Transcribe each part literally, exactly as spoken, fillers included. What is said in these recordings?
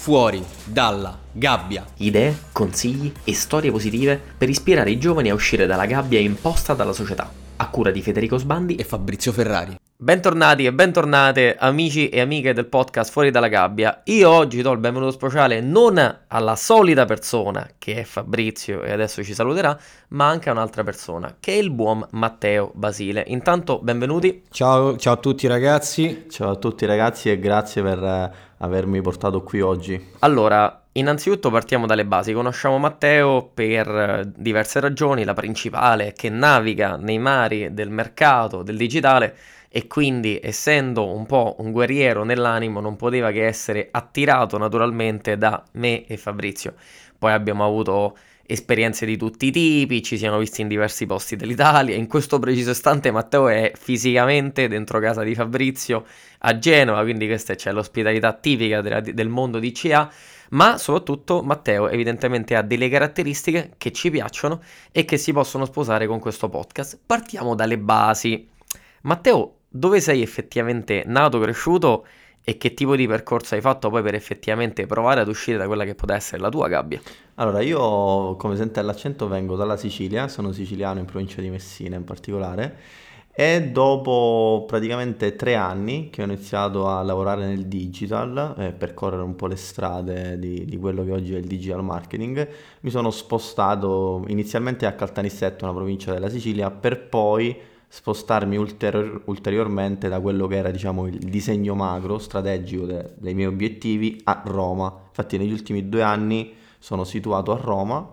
fuori dalla gabbia. Idee, consigli e storie positive per ispirare i giovani a uscire dalla gabbia imposta dalla società. A cura di Federico Sbandi e Fabrizio Ferrari. Bentornati e bentornate amici e amiche del podcast Fuori dalla Gabbia. Io oggi do il benvenuto speciale non alla solita persona che è Fabrizio e adesso ci saluterà, ma anche a un'altra persona che è il buon Matteo Basile. Intanto benvenuti. Ciao, ciao a tutti ragazzi. Ciao a tutti ragazzi e grazie per eh, avermi portato qui oggi. Allora, innanzitutto partiamo dalle basi. Conosciamo Matteo per diverse ragioni, la principale è che naviga nei mari del mercato, del digitale, e quindi, essendo un po' un guerriero nell'animo, non poteva che essere attirato naturalmente da me e Fabrizio. Poi abbiamo avuto esperienze di tutti i tipi, ci siamo visti in diversi posti dell'Italia. In questo preciso istante Matteo è fisicamente dentro casa di Fabrizio a Genova, quindi questa c'è l'ospitalità tipica della, del mondo di C A. Ma soprattutto Matteo evidentemente ha delle caratteristiche che ci piacciono e che si possono sposare con questo podcast. Partiamo dalle basi. Matteo, dove sei effettivamente nato, cresciuto e che tipo di percorso hai fatto poi per effettivamente provare ad uscire da quella che poteva essere la tua gabbia? Allora, io come sente all'accento vengo dalla Sicilia, sono siciliano in provincia di Messina in particolare, e dopo praticamente tre anni che ho iniziato a lavorare nel digital, eh, percorrere un po' le strade di, di quello che oggi è il digital marketing, mi sono spostato inizialmente a Caltanissetta, una provincia della Sicilia, per poi spostarmi ulterior- ulteriormente da quello che era, diciamo, il disegno macro strategico de- dei miei obiettivi a Roma. Infatti negli ultimi due anni sono situato a Roma,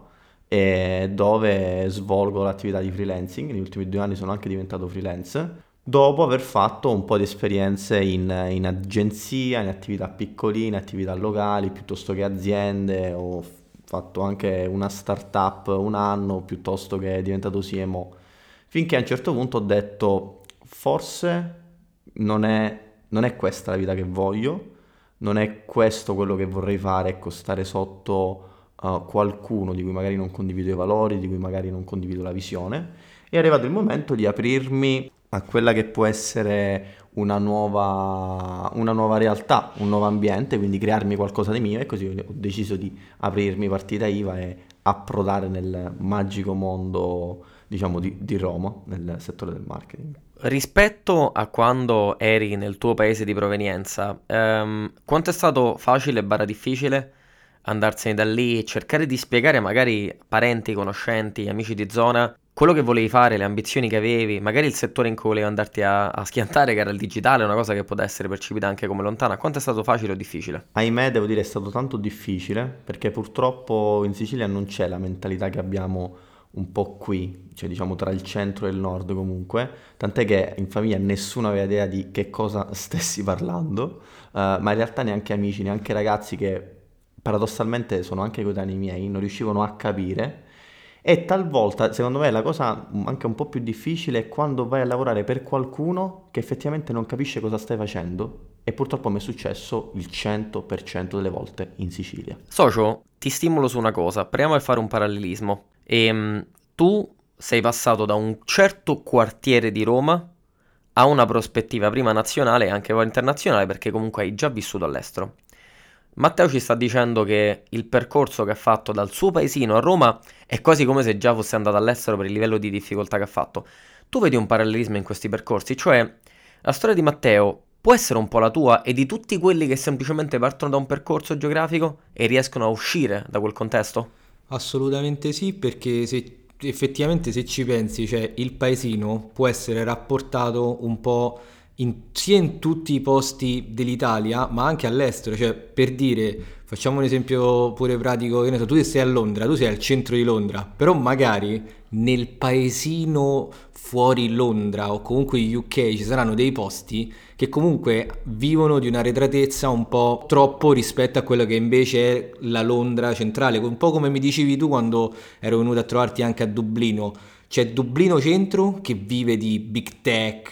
e dove svolgo l'attività di freelancing. Negli ultimi due anni sono anche diventato freelance, dopo aver fatto un po' di esperienze in, in agenzia, in attività piccoline, attività locali, piuttosto che aziende. Ho f- fatto anche una startup un anno, piuttosto che è diventato C M O. Finché a un certo punto ho detto, forse non è, non è questa la vita che voglio, non è questo quello che vorrei fare, ecco, stare sotto uh, qualcuno di cui magari non condivido i valori, di cui magari non condivido la visione. È arrivato il momento di aprirmi a quella che può essere una nuova, una nuova realtà, un nuovo ambiente, quindi crearmi qualcosa di mio, e così ho deciso di aprirmi partita I V A e approdare nel magico mondo, diciamo, di, di Roma, nel settore del marketing. Rispetto a quando eri nel tuo paese di provenienza, ehm, quanto è stato facile barra difficile andarsene da lì e cercare di spiegare magari parenti, conoscenti, amici di zona quello che volevi fare, le ambizioni che avevi, magari il settore in cui volevi andarti a, a schiantare, che era il digitale, una cosa che poteva essere percepita anche come lontana. Quanto è stato facile o difficile? Ahimè, devo dire, è stato tanto difficile, perché purtroppo in Sicilia non c'è la mentalità che abbiamo un po' qui, cioè diciamo tra il centro e il nord comunque, tant'è che in famiglia nessuno aveva idea di che cosa stessi parlando, eh, ma in realtà neanche amici, neanche ragazzi che paradossalmente sono anche coetanei miei, non riuscivano a capire. E talvolta, secondo me, la cosa anche un po' più difficile è quando vai a lavorare per qualcuno che effettivamente non capisce cosa stai facendo, e purtroppo mi è successo il cento per cento delle volte in Sicilia. Socio, ti stimolo su una cosa, proviamo a fare un parallelismo. Ehm, tu sei passato da un certo quartiere di Roma a una prospettiva prima nazionale e anche poi internazionale, perché comunque hai già vissuto all'estero. Matteo ci sta dicendo che il percorso che ha fatto dal suo paesino a Roma è quasi come se già fosse andato all'estero per il livello di difficoltà che ha fatto. Tu vedi un parallelismo in questi percorsi, cioè la storia di Matteo può essere un po' la tua e di tutti quelli che semplicemente partono da un percorso geografico e riescono a uscire da quel contesto? Assolutamente sì, perché se effettivamente se ci pensi, cioè il paesino può essere rapportato un po' in- sia in tutti i posti dell'Italia, ma anche all'estero. Cioè, per dire, facciamo un esempio pure pratico, che ne so, tu sei a Londra, tu sei al centro di Londra, però magari nel paesino fuori Londra o comunque U K ci saranno dei posti che comunque vivono di un'arretratezza un po' troppo rispetto a quello che invece è la Londra centrale, un po' come mi dicevi tu quando ero venuto a trovarti anche a Dublino. C'è Dublino Centro che vive di big tech,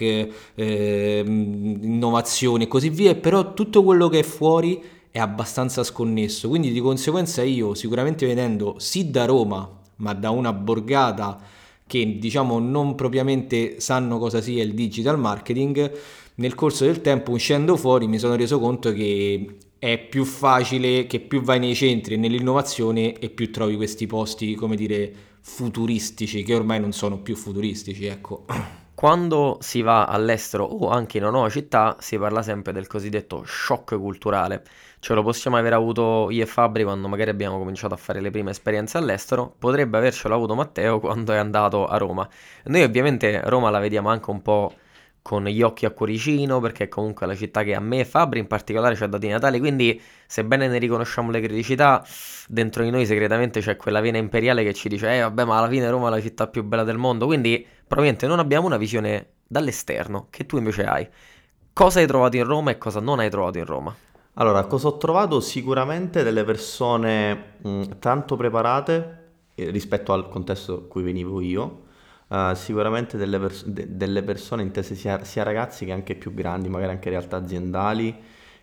eh, innovazione e così via, però tutto quello che è fuori è abbastanza sconnesso, quindi di conseguenza io, sicuramente venendo sì da Roma, ma da una borgata che diciamo non propriamente sanno cosa sia il digital marketing, nel corso del tempo uscendo fuori mi sono reso conto che è più facile che più vai nei centri e nell'innovazione e più trovi questi posti, come dire, futuristici, che ormai non sono più futuristici, ecco. Quando si va all'estero o anche in una nuova città si parla sempre del cosiddetto shock culturale. Ce lo possiamo aver avuto io e Fabri quando magari abbiamo cominciato a fare le prime esperienze all'estero, potrebbe avercelo avuto Matteo quando è andato a Roma. Noi ovviamente Roma la vediamo anche un po' con gli occhi a cuoricino, perché è comunque la città che a me e Fabri in particolare ci ha dati i Natali, quindi sebbene ne riconosciamo le criticità, dentro di noi segretamente c'è quella vena imperiale che ci dice eh vabbè, ma alla fine Roma è la città più bella del mondo, quindi probabilmente non abbiamo una visione dall'esterno, che tu invece hai. Cosa hai trovato in Roma e cosa non hai trovato in Roma? Allora, cosa ho trovato? Sicuramente delle persone mh, tanto preparate eh, rispetto al contesto in cui venivo io. Eh, sicuramente delle, pers- de- delle persone intese sia, sia ragazzi che anche più grandi, magari anche realtà aziendali,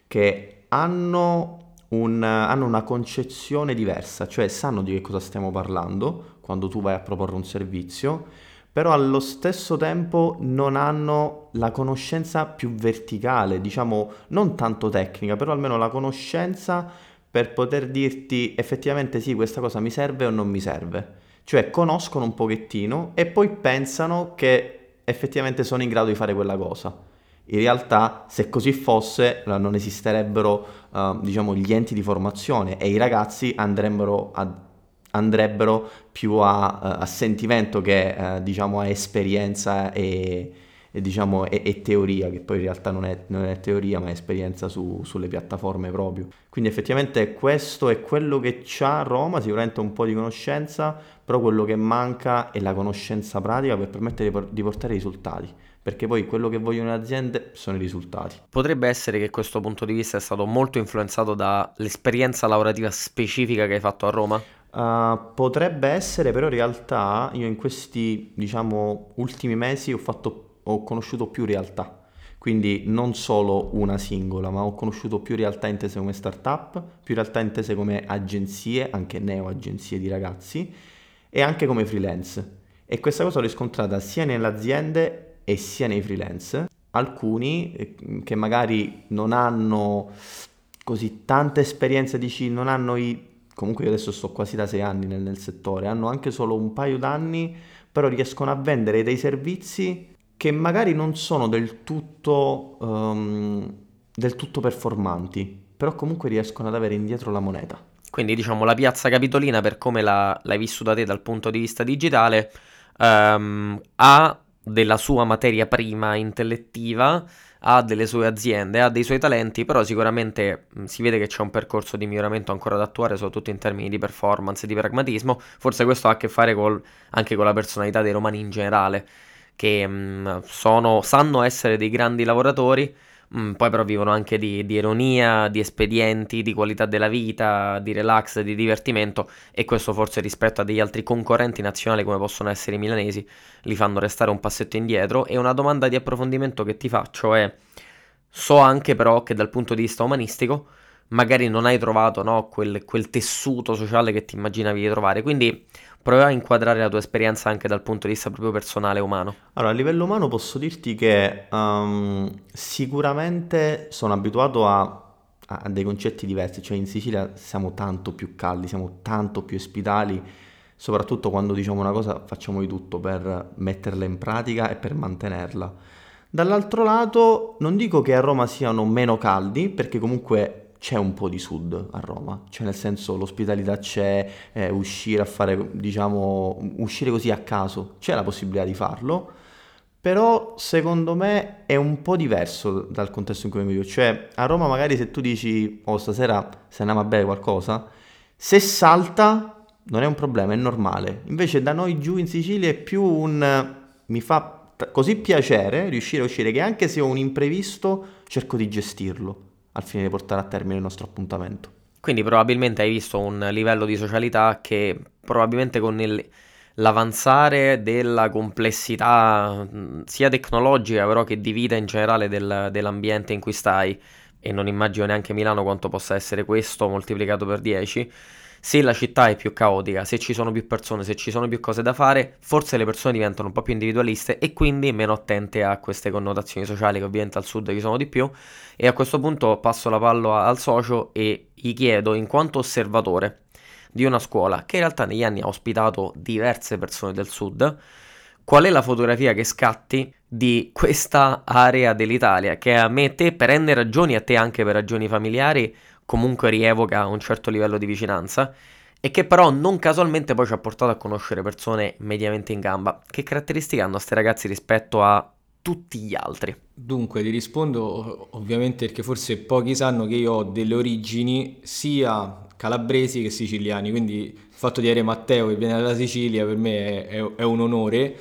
che hanno, un- hanno una concezione diversa, cioè sanno di che cosa stiamo parlando quando tu vai a proporre un servizio, però allo stesso tempo non hanno la conoscenza più verticale, diciamo non tanto tecnica, però almeno la conoscenza per poter dirti effettivamente sì, questa cosa mi serve o non mi serve. Cioè conoscono un pochettino e poi pensano che effettivamente sono in grado di fare quella cosa. In realtà, se così fosse, eh, non esisterebbero, eh, diciamo, gli enti di formazione e i ragazzi andrebbero a andrebbero più a, eh, a sentimento che eh, diciamo a esperienza e, e, diciamo, e, e teoria, che poi in realtà non è, non è teoria ma è esperienza su- sulle piattaforme proprio. Quindi effettivamente questo è quello che c'ha Roma, sicuramente un po' di conoscenza, però quello che manca è la conoscenza pratica per permettere di, por- di portare risultati. Perché poi quello che vogliono le aziende sono i risultati. Potrebbe essere che questo punto di vista è stato molto influenzato dall'esperienza lavorativa specifica che hai fatto a Roma? Uh, potrebbe essere, però in realtà io in questi, diciamo, ultimi mesi ho fatto, ho conosciuto più realtà, quindi non solo una singola, ma ho conosciuto più realtà intese come startup, più realtà intese come agenzie, anche neo agenzie di ragazzi, e anche come freelance. E questa cosa l'ho riscontrata sia nelle aziende e sia nei freelance. Alcuni eh, che magari non hanno così tanta esperienza, dici, non hanno i comunque io adesso sto quasi da sei anni nel, nel settore, hanno anche solo un paio d'anni, però riescono a vendere dei servizi che magari non sono del tutto, ehm, del tutto performanti, però comunque riescono ad avere indietro la moneta. Quindi diciamo la piazza capitolina, per come la- l'hai vissuta te dal punto di vista digitale, ehm, ha della sua materia prima intellettiva, ha delle sue aziende, ha dei suoi talenti, però sicuramente mh, si vede che c'è un percorso di miglioramento ancora da attuare, soprattutto in termini di performance e di pragmatismo. Forse questo ha a che fare col- anche con la personalità dei romani in generale, che mh, sono- sanno essere dei grandi lavoratori. Mm, poi però vivono anche di, di ironia, di espedienti, di qualità della vita, di relax, di divertimento, e questo forse rispetto a degli altri concorrenti nazionali come possono essere i milanesi li fanno restare un passetto indietro. E una domanda di approfondimento che ti faccio è: so anche però che dal punto di vista umanistico magari non hai trovato, no, quel, quel tessuto sociale che ti immaginavi di trovare, quindi prova a inquadrare la tua esperienza anche dal punto di vista proprio personale e umano. Allora, a livello umano posso dirti che ehm, sicuramente sono abituato a, a- a dei concetti diversi, cioè in Sicilia siamo tanto più caldi, siamo tanto più ospitali, soprattutto quando diciamo una cosa facciamo di tutto per metterla in pratica e per mantenerla. Dall'altro lato, non dico che a Roma siano meno caldi, perché comunque c'è un po' di sud a Roma, cioè nel senso l'ospitalità c'è, eh, uscire a fare, diciamo, uscire così a caso, c'è la possibilità di farlo, però secondo me è un po' diverso dal contesto in cui vivo io, cioè a Roma magari se tu dici, oh stasera se andiamo a bere qualcosa, se salta non è un problema, è normale, invece da noi giù in Sicilia è più un mi fa t- così piacere riuscire a uscire che anche se ho un imprevisto cerco di gestirlo al fine di portare a termine il nostro appuntamento. Quindi probabilmente hai visto un livello di socialità che probabilmente con il- l'avanzare della complessità mh, sia tecnologica, però che di vita in generale del- dell'ambiente in cui stai, e non immagino neanche Milano quanto possa essere questo moltiplicato per dieci, se la città è più caotica, se ci sono più persone, se ci sono più cose da fare, forse le persone diventano un po' più individualiste e quindi meno attente a queste connotazioni sociali che ovviamente al sud ci sono di più. E a questo punto passo la palla al socio e gli chiedo, in quanto osservatore di una scuola che in realtà negli anni ha ospitato diverse persone del sud, qual è la fotografia che scatti di questa area dell'Italia che a me e te, per N ragioni, a te anche per ragioni familiari, comunque rievoca un certo livello di vicinanza e che però non casualmente poi ci ha portato a conoscere persone mediamente in gamba? Che caratteristiche hanno questi ragazzi rispetto a tutti gli altri? Dunque, ti rispondo ovviamente perché forse pochi sanno che io ho delle origini sia calabresi che siciliani, quindi il fatto di avere Matteo che viene dalla Sicilia per me è, è- è un onore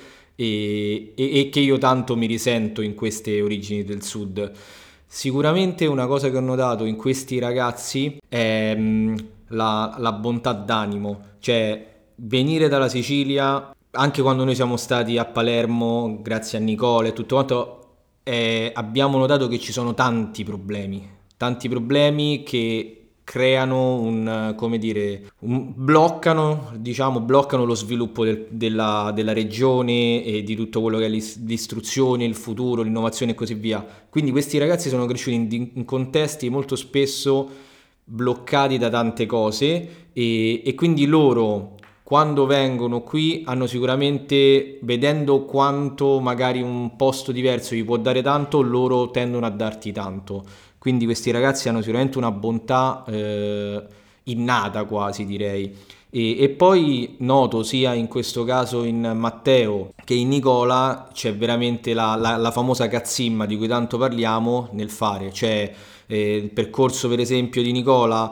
e, e- e che io tanto mi risento in queste origini del sud. Sicuramente una cosa che ho notato in questi ragazzi è mh, la, la bontà d'animo, cioè venire dalla Sicilia, anche quando noi siamo stati a Palermo, grazie a Nicola e tutto quanto, eh, abbiamo notato che ci sono tanti problemi, tanti problemi che creano un, eh, come dire, un- bloccano, diciamo, bloccano lo sviluppo del- della, della regione e di tutto quello che è l'is- l'istruzione, il futuro, l'innovazione e così via. Quindi questi ragazzi sono cresciuti in, in contesti molto spesso bloccati da tante cose e, e quindi loro quando vengono qui hanno sicuramente, vedendo quanto magari un posto diverso gli può dare tanto, loro tendono a darti tanto. Quindi questi ragazzi hanno sicuramente una bontà eh, innata quasi direi. E, e poi noto sia in questo caso in Matteo che in Nicola c'è veramente la, la- la famosa cazzimma di cui tanto parliamo nel fare, cioè eh, il percorso per esempio di Nicola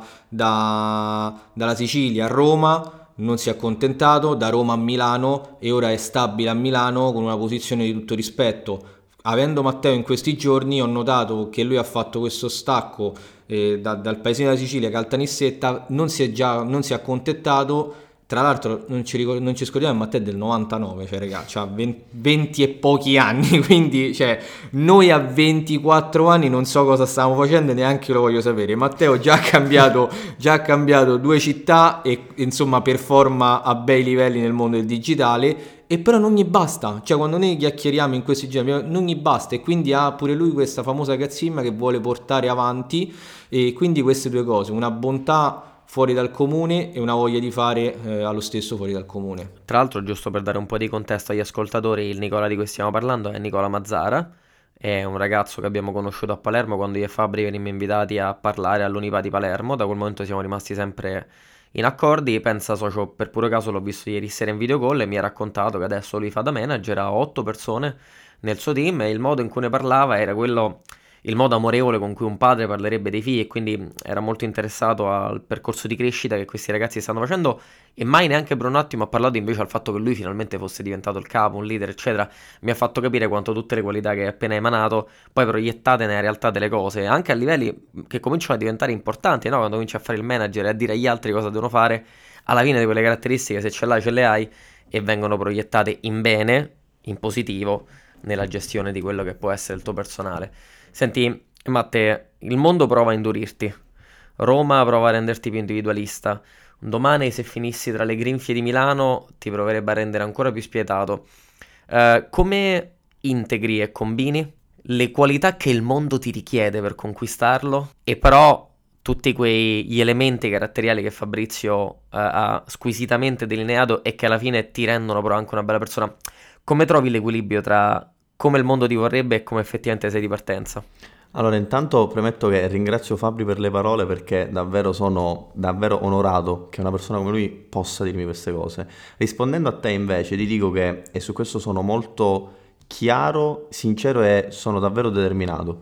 da- dalla Sicilia a Roma non si è accontentato, da Roma a Milano e ora è stabile a Milano con una posizione di tutto rispetto. Avendo Matteo in questi giorni ho notato che lui ha fatto questo stacco eh, da- dal paesino della Sicilia, Caltanissetta, non si è già non si è accontentato. Tra l'altro non ci, ricor- non ci scordiamo che Matteo è del novantanove, cioè regà, c'ha venti, venti e pochi anni, quindi cioè, noi a ventiquattro anni non so cosa stavamo facendo e neanche lo voglio sapere. Matteo già ha cambiato, già ha cambiato due città e insomma performa a bei livelli nel mondo del digitale e però non gli basta, cioè quando noi chiacchieriamo in questi giorni non gli basta e quindi ha pure lui questa famosa cazzimma che vuole portare avanti e quindi queste due cose, una bontà fuori dal comune e una voglia di fare eh, allo stesso fuori dal comune. Tra l'altro, giusto per dare un po' di contesto agli ascoltatori, il Nicola di cui stiamo parlando è Nicola Mazzara, è un ragazzo che abbiamo conosciuto a Palermo quando io e Fabri venimmo invitati a parlare all'Univa di Palermo, da quel momento siamo rimasti sempre in accordi. Pensa socio, per puro caso l'ho visto ieri sera in video call e mi ha raccontato che adesso lui fa da manager a otto persone nel suo team e il modo in cui ne parlava era quello, il modo amorevole con cui un padre parlerebbe dei figli e quindi era molto interessato al percorso di crescita che questi ragazzi stanno facendo e mai neanche per un attimo ha parlato invece al fatto che lui finalmente fosse diventato il capo, un leader, eccetera. Mi ha fatto capire quanto tutte le qualità che hai appena emanato poi proiettate nella realtà delle cose, anche a livelli che cominciano a diventare importanti, no? Quando cominci a fare il manager e a dire agli altri cosa devono fare, alla fine di quelle caratteristiche, se ce l'hai, ce le hai e vengono proiettate in bene, in positivo, nella gestione di quello che può essere il tuo personale. Senti, Matte, il mondo prova a indurirti, Roma prova a renderti più individualista, un domani se finissi tra le grinfie di Milano ti proverebbe a rendere ancora più spietato. Eh, come integri e combini le qualità che il mondo ti richiede per conquistarlo e però tutti quegli elementi caratteriali che Fabrizio eh, ha squisitamente delineato e che alla fine ti rendono però anche una bella persona? Come trovi l'equilibrio tra come il mondo ti vorrebbe e come effettivamente sei di partenza? Allora, intanto premetto che ringrazio Fabri per le parole perché davvero sono davvero onorato che una persona come lui possa dirmi queste cose. Rispondendo a te invece, ti dico che, e su questo sono molto chiaro, sincero e sono davvero determinato.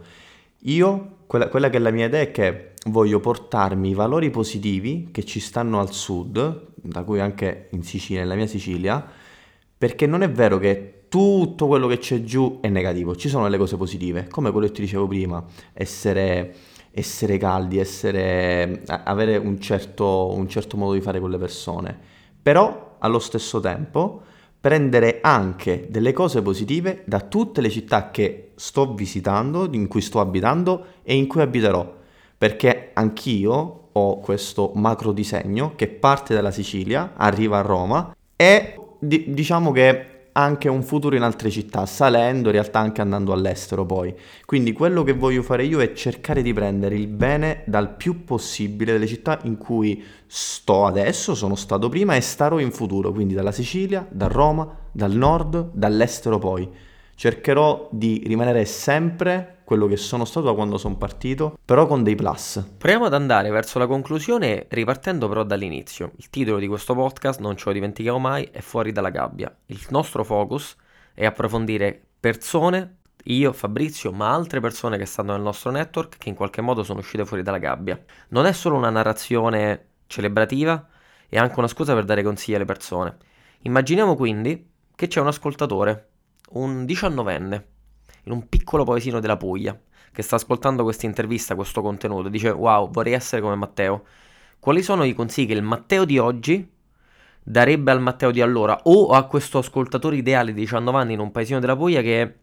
Io, quella, quella che è la mia idea è che voglio portarmi i valori positivi che ci stanno al sud, da cui anche in Sicilia, nella mia Sicilia, perché non è vero che tutto quello che c'è giù è negativo, ci sono delle cose positive, come quello che ti dicevo prima, essere, essere caldi, essere, a- avere un certo, un certo modo di fare con le persone, però allo stesso tempo prendere anche delle cose positive da tutte le città che sto visitando, in cui sto abitando e in cui abiterò, perché anch'io ho questo macro disegno che parte dalla Sicilia, arriva a Roma e di- diciamo che ha anche un futuro in altre città, salendo, in realtà anche andando all'estero poi. Quindi quello che voglio fare io è cercare di prendere il bene dal più possibile delle città in cui sto adesso, sono stato prima e starò in futuro, quindi dalla Sicilia, da Roma, dal nord, dall'estero poi. Cercherò di rimanere sempre quello che sono stato da quando sono partito, però con dei plus. Proviamo ad andare verso la conclusione ripartendo però dall'inizio. Il titolo di questo podcast, non ce lo dimentichiamo mai, è Fuori dalla gabbia. Il nostro focus è approfondire persone, io, Fabrizio, ma altre persone che stanno nel nostro network che in qualche modo sono uscite fuori dalla gabbia. Non è solo una narrazione celebrativa, è anche una scusa per dare consigli alle persone. Immaginiamo quindi che c'è un ascoltatore, un diciannovenne, in un piccolo paesino della Puglia, che sta ascoltando questa intervista, questo contenuto, dice wow, vorrei essere come Matteo. Quali sono i consigli che il Matteo di oggi darebbe al Matteo di allora, o a questo ascoltatore ideale di diciannove anni in un paesino della Puglia che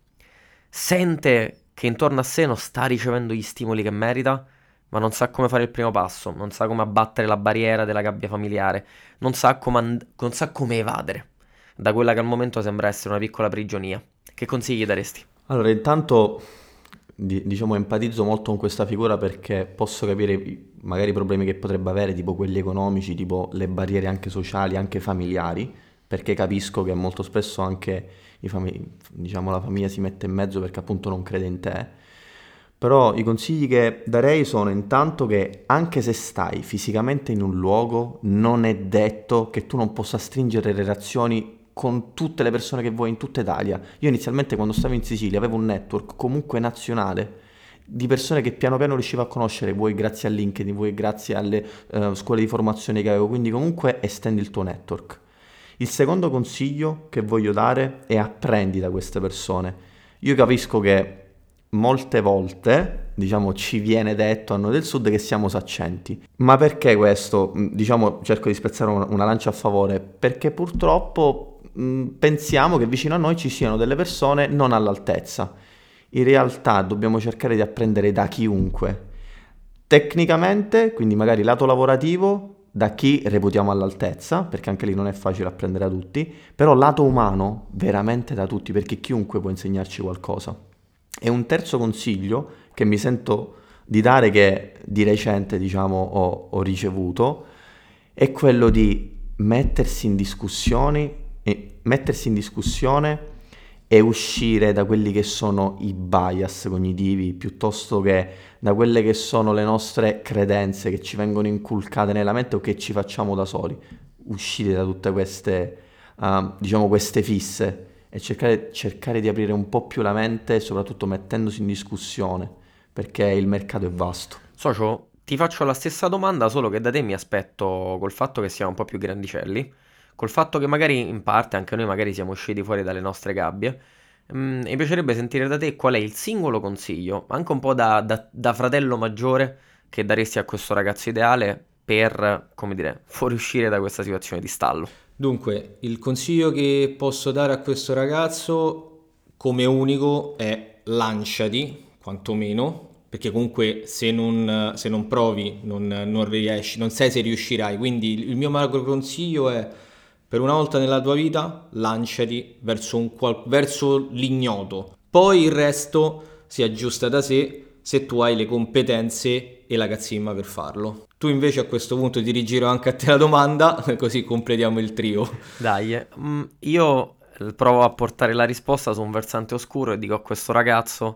sente che intorno a sé non sta ricevendo gli stimoli che merita, ma non sa come fare il primo passo, non sa come abbattere la barriera della gabbia familiare, non sa come, and- non sa come evadere da quella che al momento sembra essere una piccola prigionia. Che consigli daresti? Allora, intanto di- diciamo empatizzo molto con questa figura perché posso capire i- magari i problemi che potrebbe avere, tipo quelli economici, tipo le barriere anche sociali, anche familiari, perché capisco che molto spesso anche i fami- diciamo, la famiglia si mette in mezzo perché appunto non crede in te. Però i consigli che darei sono intanto che anche se stai fisicamente in un luogo, non è detto che tu non possa stringere relazioni con tutte le persone che vuoi in tutta Italia. Io inizialmente quando stavo in Sicilia avevo un network comunque nazionale di persone che piano piano riuscivo a conoscere, vuoi grazie a LinkedIn, vuoi grazie alle eh, scuole di formazione che avevo, quindi comunque estendi il tuo network. Il secondo consiglio che voglio dare è apprendi da queste persone. Io capisco che molte volte, diciamo, ci viene detto a noi del sud che siamo saccenti. Ma perché questo? Mm, Diciamo, cerco di spezzare una, una lancia a favore, perché purtroppo mh, pensiamo che vicino a noi ci siano delle persone non all'altezza. In realtà dobbiamo cercare di apprendere da chiunque. Tecnicamente, quindi magari lato lavorativo, da chi reputiamo all'altezza, perché anche lì non è facile apprendere da tutti, però lato umano, veramente da tutti, perché chiunque può insegnarci qualcosa. E un terzo consiglio che mi sento di dare, che di recente, diciamo, ho, ho ricevuto, è quello di mettersi in discussioni, e mettersi in discussione e uscire da quelli che sono i bias cognitivi, piuttosto che da quelle che sono le nostre credenze che ci vengono inculcate nella mente o che ci facciamo da soli. Uscire da tutte queste, uh, diciamo, queste fisse e cercare, cercare di aprire un po' più la mente, soprattutto mettendosi in discussione, perché il mercato è vasto. Socio, ti faccio la stessa domanda, solo che da te mi aspetto col fatto che siamo un po' più grandicelli, col fatto che magari in parte anche noi magari siamo usciti fuori dalle nostre gabbie. Mm, mi piacerebbe sentire da te qual è il singolo consiglio, anche un po' da, da- da fratello maggiore, che daresti a questo ragazzo ideale per, come dire, fuoriuscire da questa situazione di stallo. Dunque, il consiglio che posso dare a questo ragazzo come unico è lanciati, quantomeno, perché comunque se non, se non provi non, non riesci, non sai se riuscirai. Quindi il il mio macro consiglio è, per una volta nella tua vita, lanciati verso, un qual- verso l'ignoto. Poi il resto si aggiusta da sé se tu hai le competenze e la cazzimma per farlo. Tu invece a questo punto ti rigiro anche a te la domanda, così completiamo il trio. Dai, eh, mm, io eh, provo a portare la risposta su un versante oscuro e dico a questo ragazzo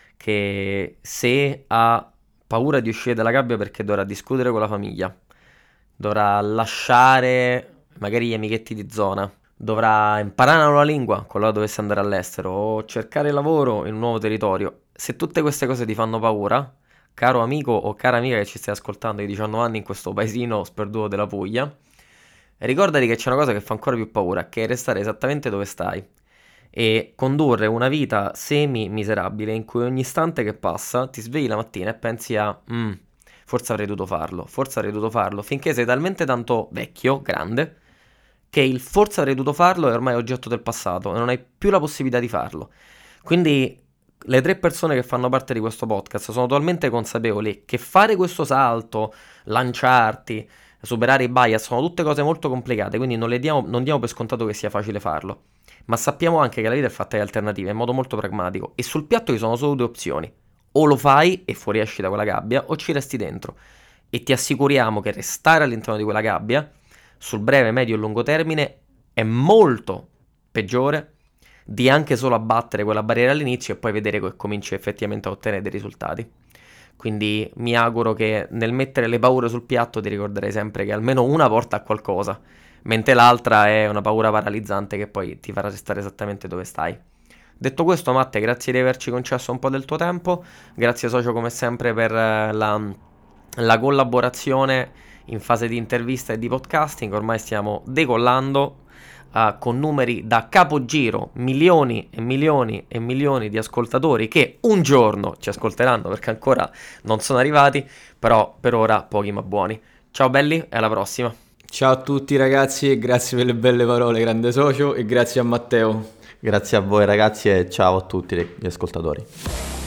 che se ha paura di uscire dalla gabbia perché dovrà discutere con la famiglia, dovrà lasciare magari gli amichetti di zona, dovrà imparare una nuova lingua qualora dovesse andare all'estero o cercare lavoro in un nuovo territorio. Se tutte queste cose ti fanno paura, caro amico o cara amica che ci stai ascoltando di diciannove anni in questo paesino sperduto della Puglia, ricordati che c'è una cosa che fa ancora più paura, che è restare esattamente dove stai e condurre una vita semi-miserabile in cui ogni istante che passa ti svegli la mattina e pensi a "Mm, forse avrei dovuto farlo, forse avrei dovuto farlo", finché sei talmente tanto vecchio, grande, che il forse avrei dovuto farlo è ormai oggetto del passato e non hai più la possibilità di farlo. Quindi le tre persone che fanno parte di questo podcast sono totalmente consapevoli che fare questo salto, lanciarti, superare i bias, sono tutte cose molto complicate, quindi non, le diamo, non diamo per scontato che sia facile farlo. Ma sappiamo anche che la vita è fatta di alternative in modo molto pragmatico e sul piatto ci sono solo due opzioni: o lo fai e fuoriesci da quella gabbia o ci resti dentro, e ti assicuriamo che restare all'interno di quella gabbia sul breve, medio e lungo termine è molto peggiore di anche solo abbattere quella barriera all'inizio e poi vedere che cominci effettivamente a ottenere dei risultati. Quindi mi auguro che nel mettere le paure sul piatto ti ricorderai sempre che almeno una porta a qualcosa, mentre l'altra è una paura paralizzante che poi ti farà restare esattamente dove stai. Detto questo, Matte, grazie di averci concesso un po' del tuo tempo, grazie socio come sempre per la, la collaborazione in fase di intervista e di podcasting. Ormai stiamo decollando uh, con numeri da capogiro, milioni e milioni e milioni di ascoltatori che un giorno ci ascolteranno, perché ancora non sono arrivati, però per ora pochi ma buoni. Ciao belli e alla prossima. Ciao a tutti ragazzi e grazie per le belle parole, grande socio, e grazie a Matteo. Grazie a voi ragazzi e ciao a tutti gli ascoltatori.